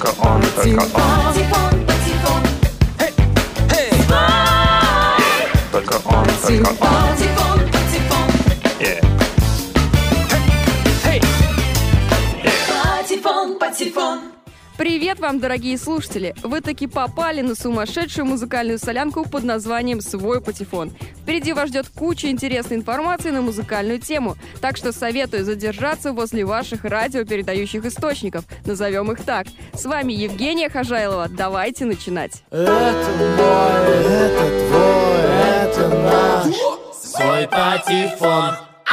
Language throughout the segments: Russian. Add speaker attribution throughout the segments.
Speaker 1: Привет вам, дорогие слушатели! Вы таки попали на сумасшедшую музыкальную солянку под названием «Свой патефон». Впереди вас ждет куча интересной информации на музыкальную тему, так что советую задержаться возле ваших радиопередающих источников, назовем их так. С вами Евгения Хожайлова, давайте начинать.
Speaker 2: Это мой, это твой, это наш свой патефон.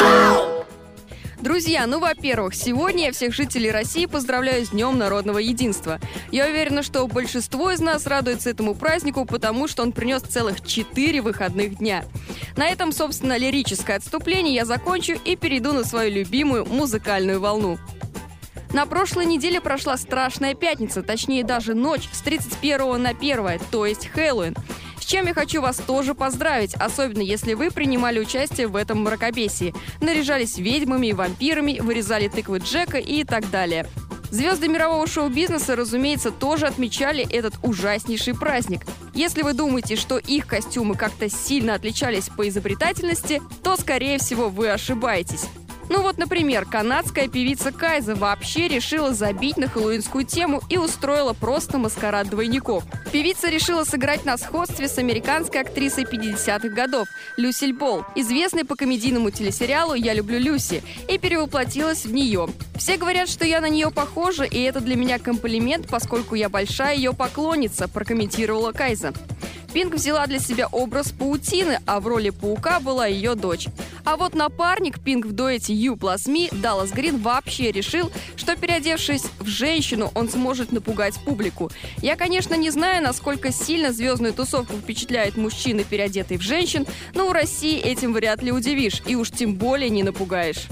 Speaker 1: Друзья, во-первых, сегодня я всех жителей России поздравляю с Днем народного единства. Я уверена, что большинство из нас радуется этому празднику, потому что он принес целых 4 выходных дня. На этом, собственно, лирическое отступление я закончу и перейду на свою любимую музыкальную волну. На прошлой неделе прошла Страшная пятница, точнее даже ночь с 31 на 1, то есть Хэллоуин. С чем я хочу вас тоже поздравить, особенно если вы принимали участие в этом мракобесии. Наряжались ведьмами и вампирами, вырезали тыквы Джека и так далее. Звезды мирового шоу-бизнеса, разумеется, тоже отмечали этот ужаснейший праздник. Если вы думаете, что их костюмы как-то сильно отличались по изобретательности, то, скорее всего, вы ошибаетесь. Например, канадская певица Кайза вообще решила забить на хэллоуинскую тему и устроила просто маскарад двойников. Певица решила сыграть на сходстве с американской актрисой 50-х годов Люсиль Болл, известной по комедийному телесериалу «Я люблю Люси», и перевоплотилась в нее. Все говорят, что я на нее похожа, и это для меня комплимент, поскольку я большая ее поклонница, прокомментировала Кайза. Пинк взяла для себя образ паутины, а в роли паука была ее дочь. А вот напарник Пинк в дуэте You Plus Me, Даллас Грин, вообще решил, что, переодевшись в женщину, он сможет напугать публику. Я, конечно, не знаю, насколько сильно звездную тусовку впечатляет мужчины, переодетый в женщин, но у России этим вряд ли удивишь, и уж тем более не напугаешь.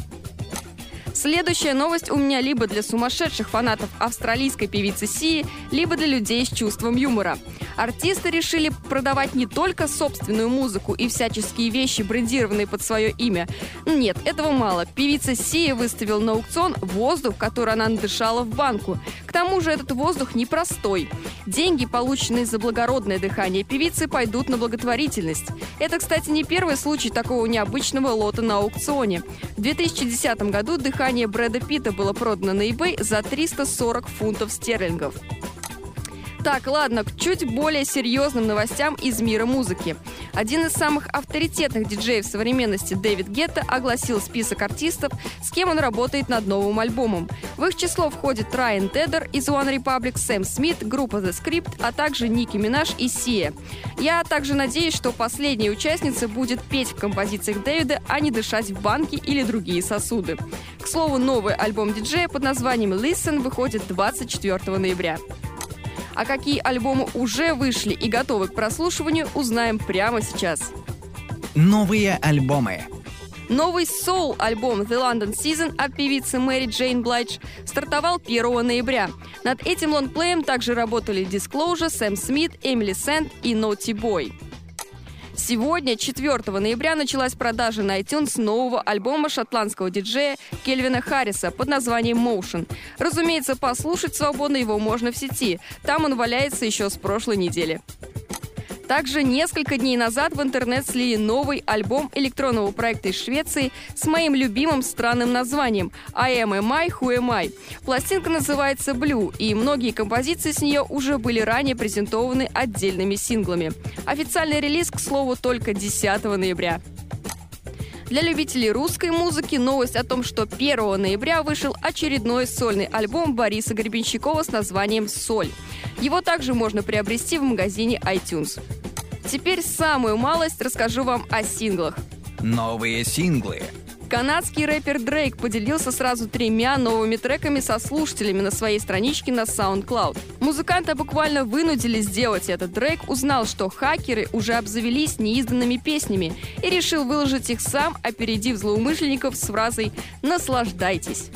Speaker 1: Следующая новость у меня либо для сумасшедших фанатов австралийской певицы Сии, либо для людей с чувством юмора. Артисты решили продавать не только собственную музыку и всяческие вещи, брендированные под свое имя. Нет, этого мало. Певица Сия выставила на аукцион воздух, который она надышала в банку. К тому же этот воздух непростой. Деньги, полученные за благородное дыхание певицы, пойдут на благотворительность. Это, кстати, не первый случай такого необычного лота на аукционе. В 2010 году дыхание Брэда Питта было продано на eBay за 340 фунтов стерлингов. Так, ладно, к чуть более серьезным новостям из мира музыки. Один из самых авторитетных диджеев современности Дэвид Гетта огласил список артистов, с кем он работает над новым альбомом. В их число входит Райан Теддер из One Republic, Сэм Смит, группа The Script, а также Ники Минаж и Сия. Я также надеюсь, что последняя участница будет петь в композициях Дэвида, а не дышать в банки или другие сосуды. К слову, новый альбом диджея под названием Listen выходит 24 ноября. А какие альбомы уже вышли и готовы к прослушиванию, узнаем прямо сейчас.
Speaker 3: Новые альбомы.
Speaker 1: Новый соул-альбом The London Season от певицы Мэри Джейн Блайдж стартовал 1 ноября. Над этим лонгплеем также работали Disclosure, Сэм Смит, Эмили Сэнд и Naughty Boy. Сегодня, 4 ноября, началась продажа на iTunes нового альбома шотландского диджея Кельвина Харриса под названием Motion. Разумеется, послушать свободно его можно в сети. Там он валяется еще с прошлой недели. Также несколько дней назад в интернет слили новый альбом электронного проекта из Швеции с моим любимым странным названием «I am I, who am I». Пластинка называется «Blue», и многие композиции с нее уже были ранее презентованы отдельными синглами. Официальный релиз, к слову, только 10 ноября. Для любителей русской музыки новость о том, что 1 ноября вышел очередной сольный альбом Бориса Гребенщикова с названием «Соль». Его также можно приобрести в магазине iTunes. Теперь самую малость расскажу вам о синглах.
Speaker 3: Новые синглы.
Speaker 1: Канадский рэпер Дрейк поделился сразу 3 новыми треками со слушателями на своей страничке на SoundCloud. Музыканта буквально вынудили сделать это. Дрейк узнал, что хакеры уже обзавелись неизданными песнями и решил выложить их сам, опередив злоумышленников с фразой «Наслаждайтесь».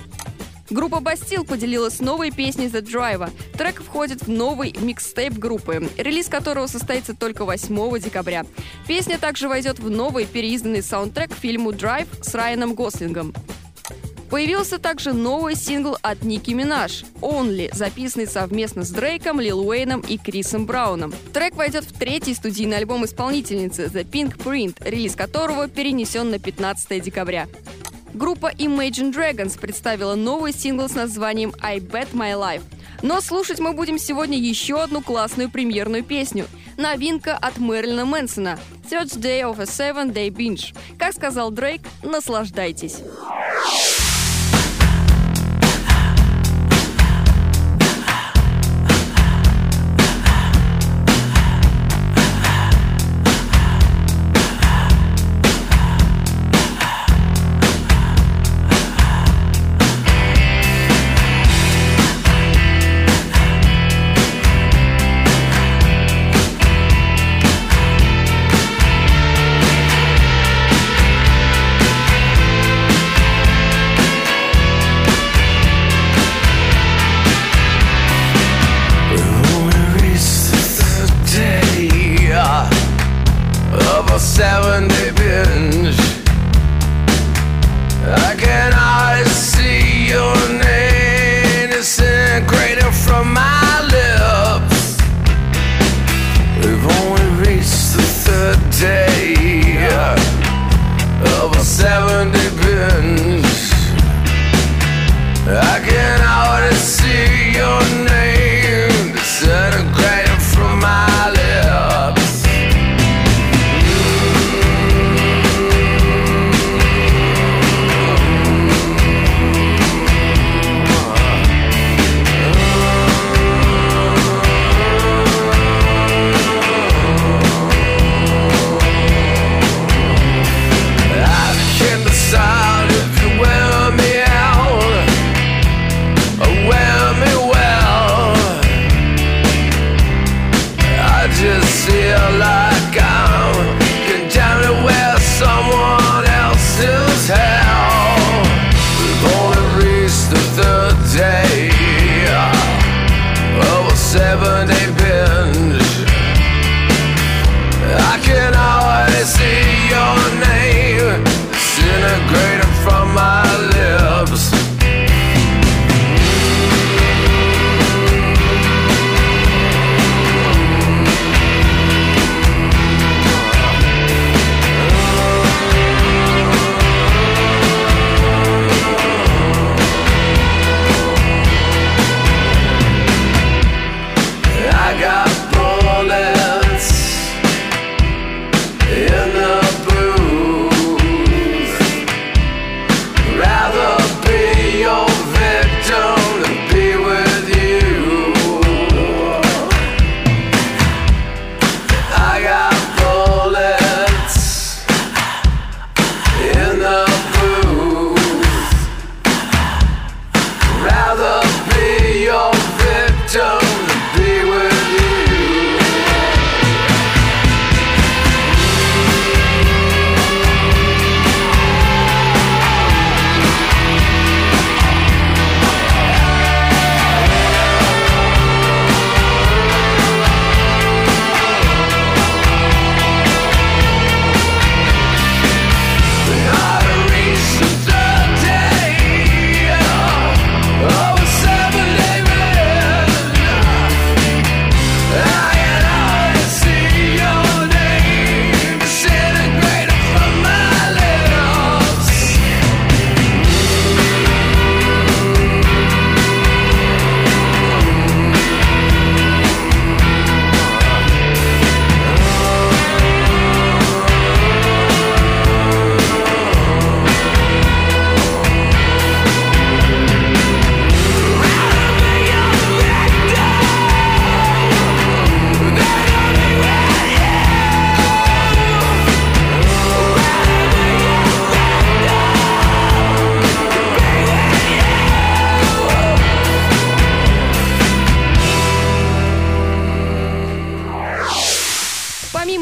Speaker 1: Группа Бастил поделилась новой песней «The Driver». Трек входит в новый микстейп группы, релиз которого состоится только 8 декабря. Песня также войдет в новый переизданный саундтрек к фильму «Драйв» с Райаном Гослингом. Появился также новый сингл от Ники Минаж «Only», записанный совместно с Дрейком, Лил Уэйном и Крисом Брауном. Трек войдет в третий студийный альбом исполнительницы The Pink Print, релиз которого перенесен на 15 декабря. Группа Imagine Dragons представила новый сингл с названием «I Bet My Life». Но слушать мы будем сегодня еще одну классную премьерную песню. Новинка от Мэрилина Мэнсона «Third Day of a 7-Day Binge». Как сказал Дрейк, наслаждайтесь.
Speaker 4: Of a 7-day binge, I can always see your name disintegrating from my lips. We've only reached the third day of a 7-day binge. I can already see your name disintegrating from my lips. Sound if you wear me out, or wear me well.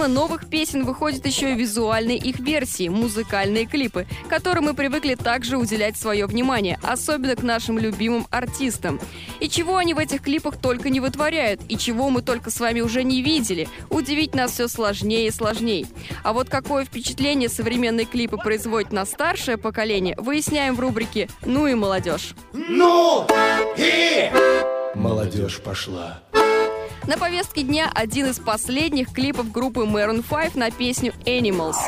Speaker 1: Помимо новых песен выходят еще и визуальные их версии, музыкальные клипы, которым мы привыкли также уделять свое внимание, особенно к нашим любимым артистам. И чего они в этих клипах только не вытворяют, и чего мы только с вами уже не видели. Удивить нас все сложнее и сложнее. А вот какое впечатление современные клипы производят на старшее поколение, выясняем в рубрике «Ну и молодежь».
Speaker 2: Ну и молодежь пошла.
Speaker 1: На повестке дня один из последних клипов группы Maroon 5 на песню «Animals».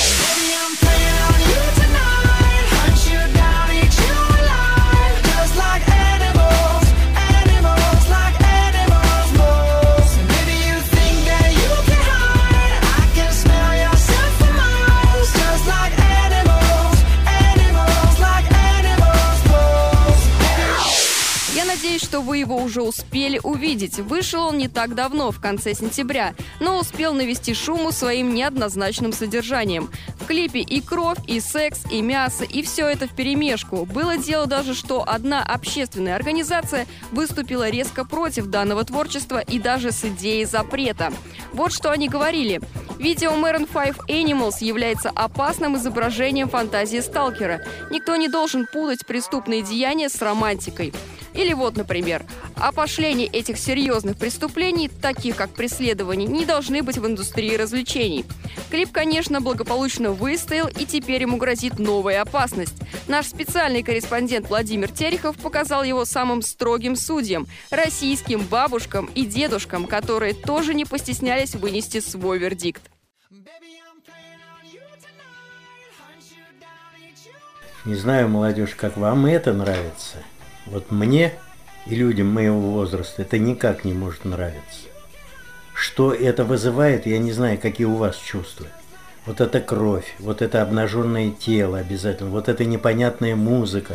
Speaker 1: Надеюсь, что вы его уже успели увидеть. Вышел он не так давно, в конце сентября, но успел навести шуму своим неоднозначным содержанием. В клипе и кровь, и секс, и мясо, и все это вперемешку. Было дело даже, что одна общественная организация выступила резко против данного творчества и даже с идеей запрета. Вот что они говорили. Видео Maroon 5 Animals является опасным изображением фантазии сталкера. Никто не должен путать преступные деяния с романтикой. Или вот, например, опошление этих серьезных преступлений, таких как преследование, не должны быть в индустрии развлечений. Клип, конечно, благополучно выстоял, и теперь ему грозит новая опасность. Наш специальный корреспондент Владимир Терехов показал его самым строгим судьям, российским бабушкам и дедушкам, которые тоже не постеснялись вынести свой вердикт.
Speaker 5: Не знаю, молодежь, как вам это нравится. Вот мне и людям моего возраста это никак не может нравиться. Что это вызывает, я не знаю, какие у вас чувства. Вот эта кровь, вот это обнаженное тело обязательно, вот эта непонятная музыка.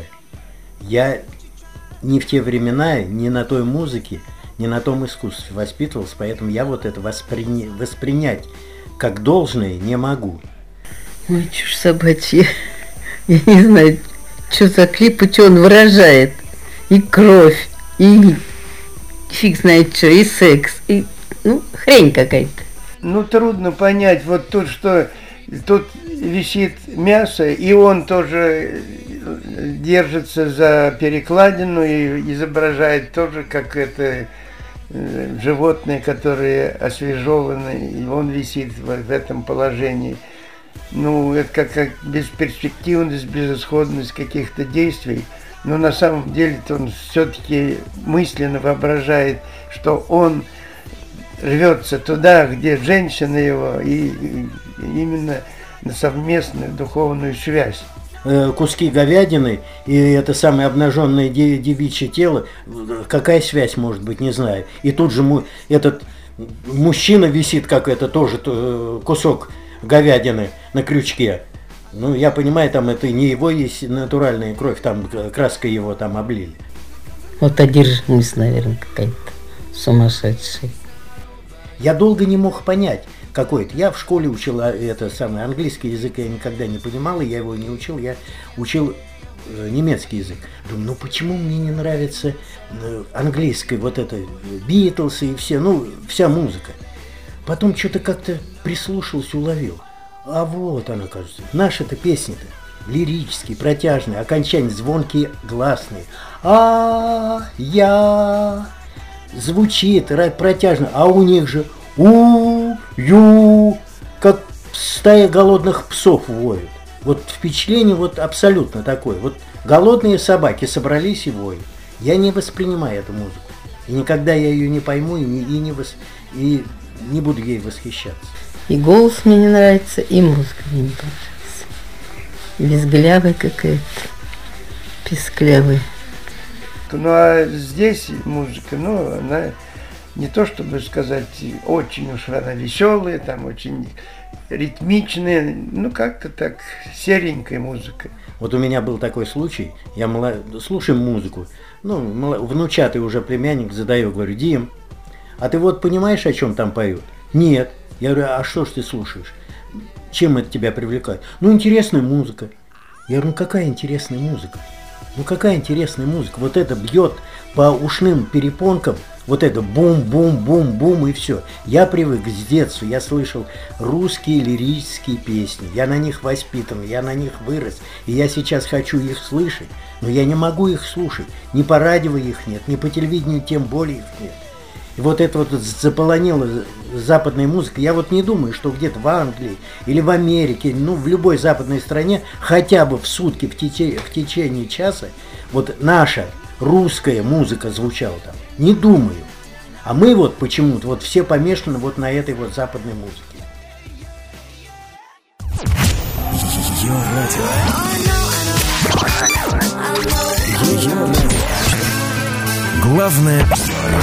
Speaker 5: Я не в те времена, не на той музыке, не на том искусстве воспитывался, поэтому я вот это воспринять как должное не могу.
Speaker 6: Ой, чушь собачья. Я не знаю, что за клип и что он выражает. И кровь, и фиг знает что, и секс, и, хрень какая-то.
Speaker 7: Трудно понять, вот тут что, тут висит мясо, и он тоже держится за перекладину и изображает тоже как это животное, которое освежевано, и он висит в этом положении. Это как бесперспективность, безысходность каких-то действий. Но на самом деле-то он все-таки мысленно воображает, что он рвется туда, где женщина его, и именно на совместную духовную связь.
Speaker 5: Куски говядины и это самое обнаженное девичье тело, какая связь может быть, не знаю. И тут же этот мужчина висит, как это тоже кусок говядины на крючке. Я понимаю, там это не его есть натуральная кровь, там краской его там облили.
Speaker 6: Вот одержимость, наверное, какая-то сумасшедшая.
Speaker 5: Я долго не мог понять какой-то. Я в школе учил английский язык, я никогда не понимал, и я его не учил, я учил немецкий язык. Думаю, почему мне не нравится английский, вот это, Битлз и все, вся музыка. Потом что-то как-то прислушался, уловил. А вот она, кажется. Наши-то песни-то лирические, протяжные, окончания звонкие, гласные. Я звучит протяжно, а у них же ю, как стая голодных псов воют. Вот впечатление вот абсолютно такое. Вот голодные собаки собрались и воют. Я не воспринимаю эту музыку. И никогда я ее не пойму и не буду ей восхищаться.
Speaker 6: И голос мне не нравится, и музыка мне не понравится. Безглявая какая-то, песклявая.
Speaker 7: А здесь музыка, она не то чтобы сказать, очень уж она веселая, там очень ритмичная, как-то так, серенькая музыка.
Speaker 5: Вот у меня был такой случай, я слушаю музыку, внучатый уже племянник, задаю, говорю, Дим, а ты вот понимаешь, о чем там поют? Нет. Я говорю, а что ж ты слушаешь? Чем это тебя привлекает? Интересная музыка. Я говорю, какая интересная музыка? Ну какая интересная музыка. Вот это бьет по ушным перепонкам. Вот это бум-бум-бум-бум и все. Я привык с детства, я слышал русские лирические песни. Я на них воспитан, я на них вырос. И я сейчас хочу их слышать, но я не могу их слушать. Ни по радио их нет, ни по телевидению тем более их нет. И вот это вот заполонила западная музыка. Я вот не думаю, что где-то в Англии или в Америке, ну в любой западной стране, хотя бы в сутки, в течение часа, вот наша русская музыка звучала там. Не думаю. А мы вот почему-то вот все помешаны вот на этой вот западной музыке.
Speaker 8: Главное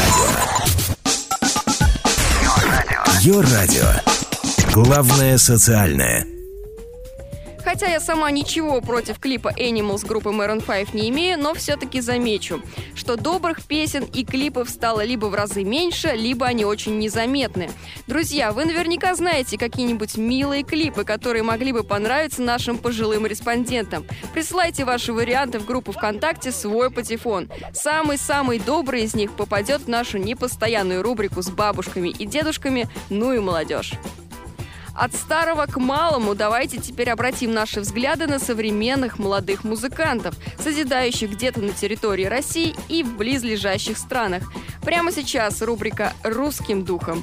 Speaker 8: Йо-радио. Главное социальное.
Speaker 1: Хотя я сама ничего против клипа Animals группы Maroon 5 не имею, но все-таки замечу, что добрых песен и клипов стало либо в разы меньше, либо они очень незаметны. Друзья, вы наверняка знаете какие-нибудь милые клипы, которые могли бы понравиться нашим пожилым респондентам. Присылайте ваши варианты в группу ВКонтакте «Свой патефон». Самый-самый добрый из них попадет в нашу непостоянную рубрику с бабушками и дедушками «Ну и молодежь». От старого к малому давайте теперь обратим наши взгляды на современных молодых музыкантов, созидающих где-то на территории России и в близлежащих странах. Прямо сейчас рубрика «Русским духом».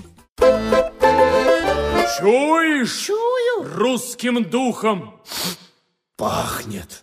Speaker 2: Чуешь? Чую. Русским духом пахнет.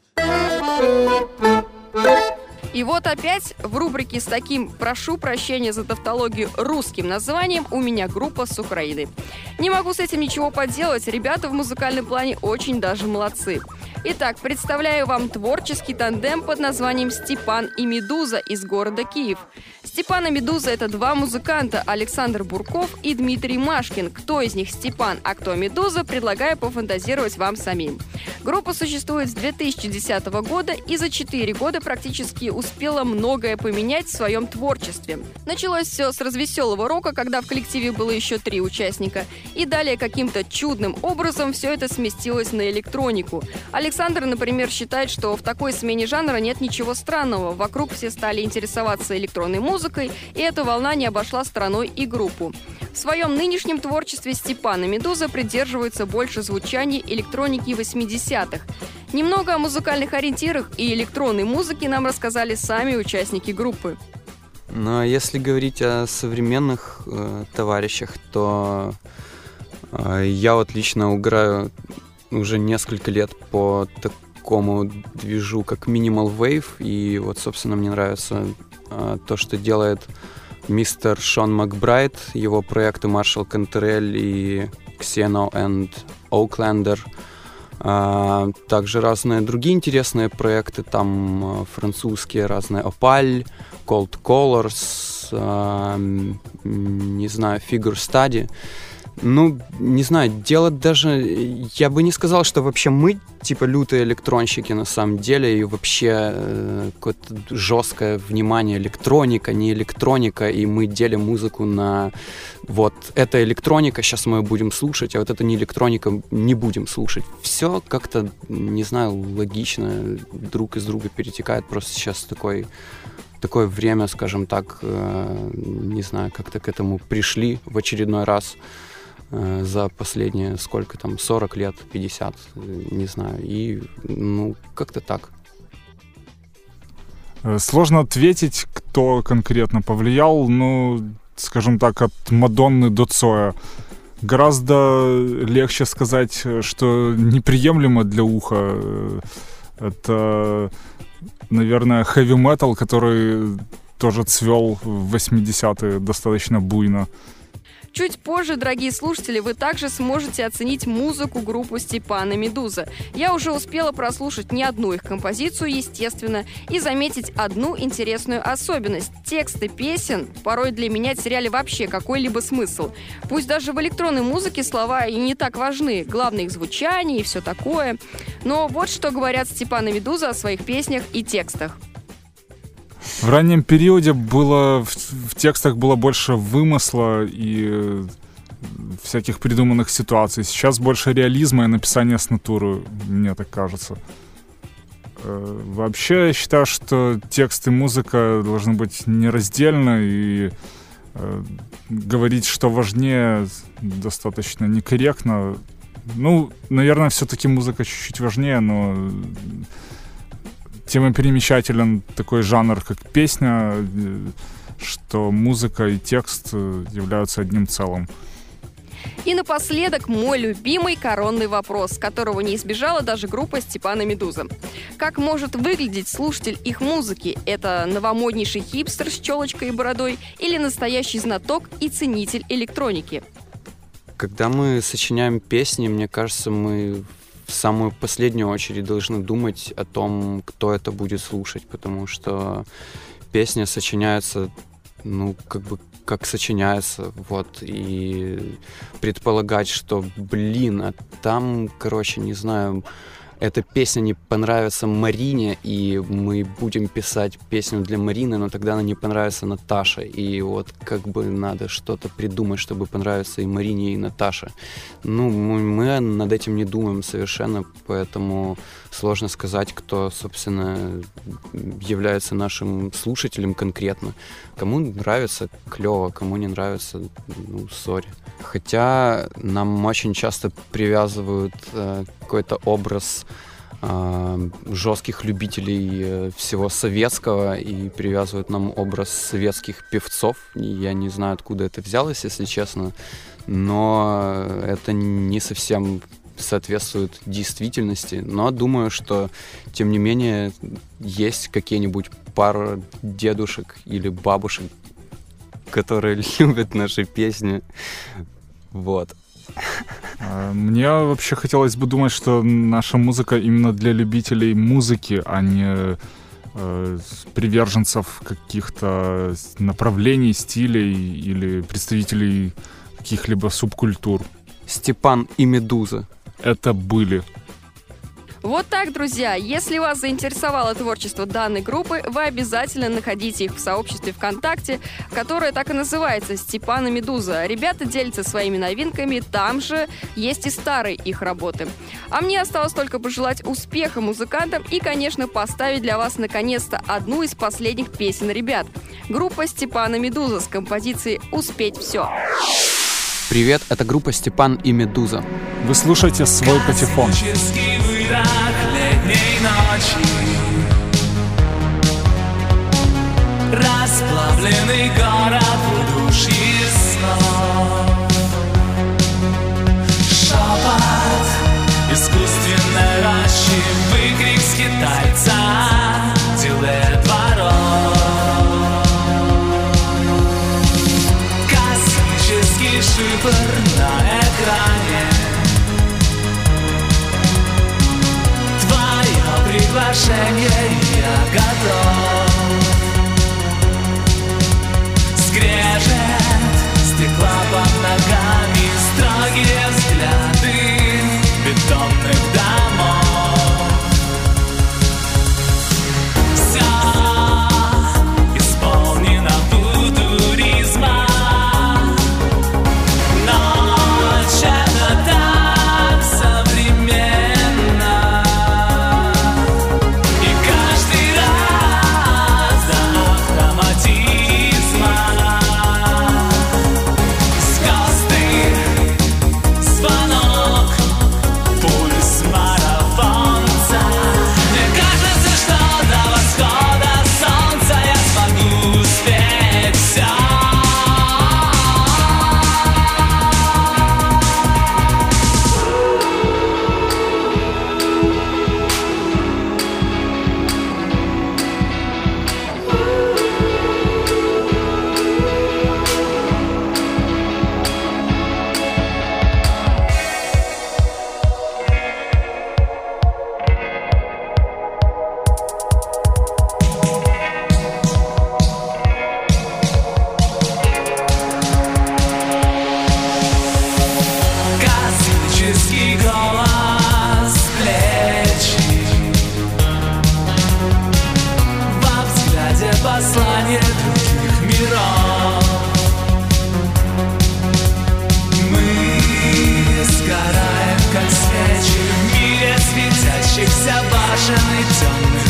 Speaker 1: И вот опять в рубрике с таким, прошу прощения за тавтологию, русским названием у меня группа с Украины. Не могу с этим ничего поделать, ребята в музыкальном плане очень даже молодцы. Итак, представляю вам творческий тандем под названием «Степан и Медуза» из города Киев. Степан и Медуза – это два музыканта, Александр Бурков и Дмитрий Машкин. Кто из них Степан, а кто Медуза, предлагаю пофантазировать вам самим. Группа существует с 2010 года и за 4 года практически успела многое поменять в своем творчестве. Началось все с развеселого рока, когда в коллективе было еще 3 участника. И далее каким-то чудным образом все это сместилось на электронику. Александр, например, считает, что в такой смене жанра нет ничего странного. Вокруг все стали интересоваться электронной музыкой, и эта волна не обошла стороной и группу. В своем нынешнем творчестве Степан и Медуза придерживаются больше звучания электроники 80-х. Немного о музыкальных ориентирах и электронной музыке нам рассказали сами участники группы.
Speaker 9: Ну, а если говорить о современных товарищах, то я вот лично играю уже несколько лет по такому движу, как Minimal Wave, и вот, собственно, мне нравится то, что делает мистер Шон Макбрайт, его проекты Marshall Cantarell и Xeno and Oaklander. Также разные другие интересные проекты, там французские разные Opal, Cold Colors, не знаю, Figure Study. Ну, не знаю, делать даже... Я бы не сказал, что вообще мы, типа, лютые электронщики на самом деле, и вообще какое-то жесткое внимание электроника, не электроника, и мы делим музыку на... Вот, это электроника, сейчас мы будем слушать, а вот это не электроника, не будем слушать. Все как-то, не знаю, логично друг из друга перетекает, просто сейчас такое время, скажем так, не знаю, как-то к этому пришли в очередной раз за последние, сколько там, 40 лет, 50, не знаю, и, ну, как-то так.
Speaker 10: Сложно ответить, кто конкретно повлиял, ну, скажем так, от Мадонны до Цоя. Гораздо легче сказать, что неприемлемо для уха. Это, наверное, хэви-метал, который тоже цвел в 80-е достаточно буйно.
Speaker 1: Чуть позже, дорогие слушатели, вы также сможете оценить музыку группы Степан и Медуза. Я уже успела прослушать не одну их композицию, естественно, и заметить одну интересную особенность. Тексты песен порой для меня теряли вообще какой-либо смысл. Пусть даже в электронной музыке слова и не так важны, главное их звучание и все такое. Но вот что говорят Степан и Медуза о своих песнях и текстах.
Speaker 10: В раннем периоде в текстах было больше вымысла и всяких придуманных ситуаций. Сейчас больше реализма и написания с натуры, мне так кажется. Вообще, я считаю, что текст и музыка должны быть нераздельны, и говорить, что важнее, достаточно некорректно. Ну, наверное, все-таки музыка чуть-чуть важнее, но тем и перемещателен такой жанр, как песня, что музыка и текст являются одним целым.
Speaker 1: И напоследок мой любимый коронный вопрос, которого не избежала даже группа Степана Медуза. Как может выглядеть слушатель их музыки? Это новомоднейший хипстер с челочкой и бородой или настоящий знаток и ценитель электроники?
Speaker 9: Когда мы сочиняем песни, мне кажется, мы в самую последнюю очередь должны думать о том, кто это будет слушать, потому что песня сочиняется, ну, как сочиняется, вот, и предполагать, что, а там, не знаю, эта песня не понравится Марине, и мы будем писать песню для Марины, но тогда она не понравится Наташе, и вот надо что-то придумать, чтобы понравиться и Марине, и Наташе. Ну, мы над этим не думаем совершенно, поэтому сложно сказать, кто, собственно, является нашим слушателем конкретно. Кому нравится — клево, кому не нравится — ну, сори. Хотя нам очень часто привязывают какой-то образ жестких любителей всего советского и привязывают нам образ советских певцов. Я не знаю, откуда это взялось, если честно, но это не совсем соответствует действительности. Но думаю, что, тем не менее, есть какие-нибудь пара дедушек или бабушек, которые любят наши песни. Вот.
Speaker 10: Мне вообще хотелось бы думать, что наша музыка именно для любителей музыки, а не приверженцев каких-то направлений, стилей или представителей каких-либо субкультур.
Speaker 9: Степан и Медуза.
Speaker 10: Это были.
Speaker 1: Вот так, друзья. Если вас заинтересовало творчество данной группы, вы обязательно находите их в сообществе ВКонтакте, которое так и называется «Степан и Медуза». Ребята делятся своими новинками, там же есть и старые их работы. А мне осталось только пожелать успеха музыкантам и, конечно, поставить для вас наконец-то одну из последних песен ребят. Группа «Степан и Медуза» с композицией «Успеть все».
Speaker 9: Привет, это группа Степан и Медуза.
Speaker 10: Вы слушаете свой патефон.
Speaker 4: Расплавленный город в удушье снов. Шепот искусственной рощи, выкрик скитальца, делает дворов. Космический шифр на экране. Твое приглашение, я готов. Скрежет стекла под ногами, строгие взгляды бетонных домов. Все исполнено футуризма. Ночь — это так современно. И каждый раз до автоматизма. Звезды, звонок, пульс марафонца. Мне кажется, что до восхода солнца я смогу успеть все. Космический голос плечи. Во взгляде послание других миров. Мы сгораем, как свечи в мире светящихся башен и темных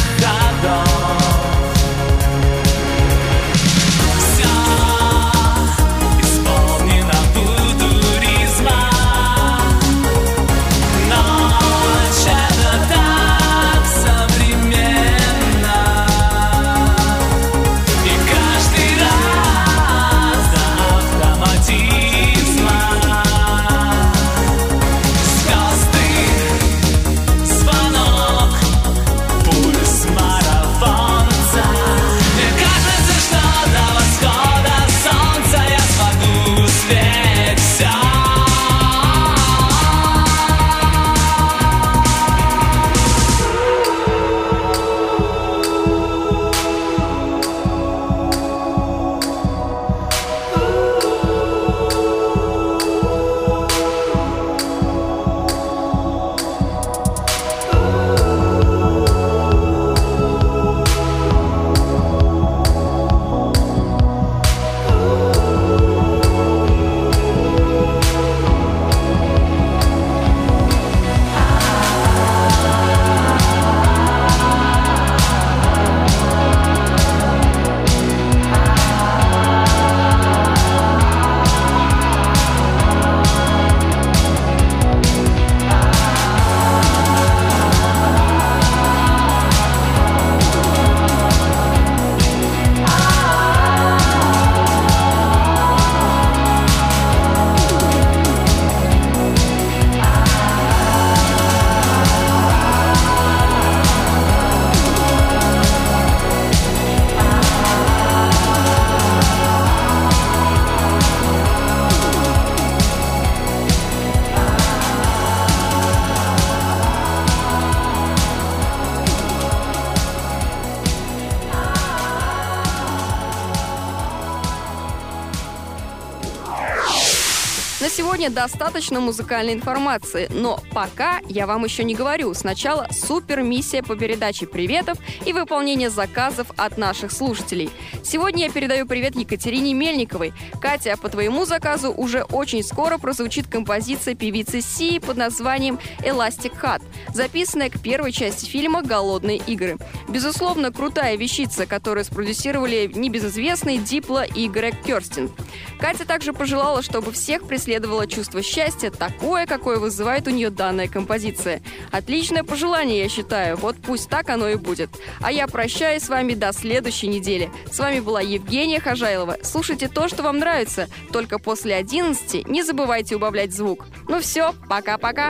Speaker 1: На сегодня достаточно музыкальной информации, но пока я вам еще не говорю. Сначала супер-миссия по передаче приветов и выполнение заказов от наших слушателей. Сегодня я передаю привет Екатерине Мельниковой. Катя, по твоему заказу уже очень скоро прозвучит композиция певицы Си под названием «Elastic Heart», записанная к первой части фильма «Голодные игры». Безусловно, крутая вещица, которую спродюсировали небезызвестные Дипло и Грег Кёрстин. Катя также пожелала, чтобы всех преследовало чувство счастья, такое, какое вызывает у нее данная композиция. Отличное пожелание, я считаю. Вот пусть так оно и будет. А я прощаюсь с вами до следующей недели. С вами была Евгения Хожайлова. Слушайте то, что вам нравится. Только после 11 не забывайте убавлять звук. Ну все, пока-пока.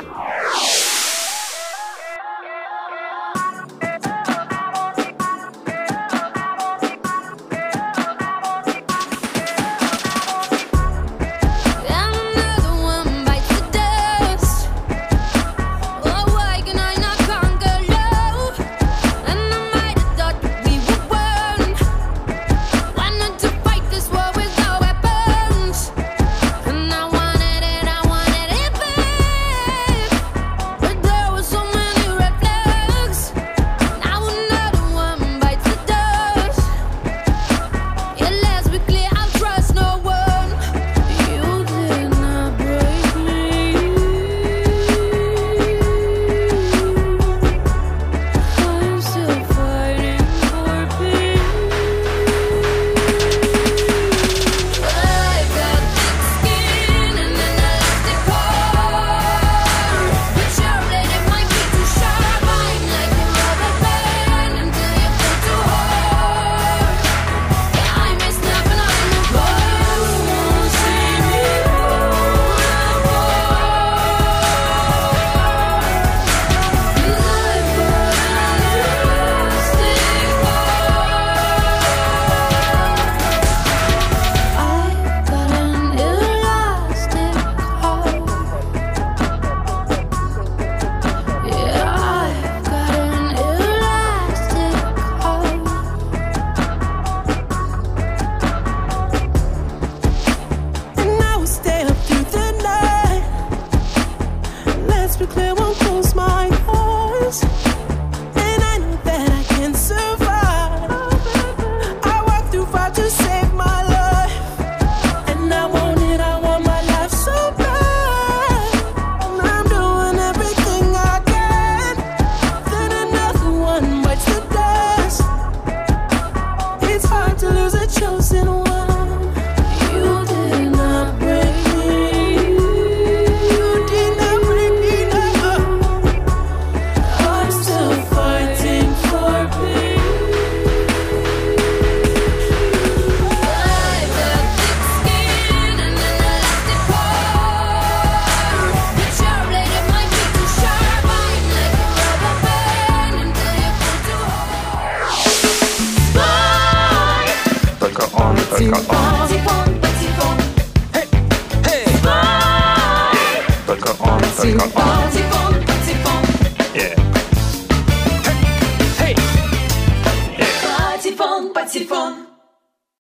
Speaker 11: Патефон.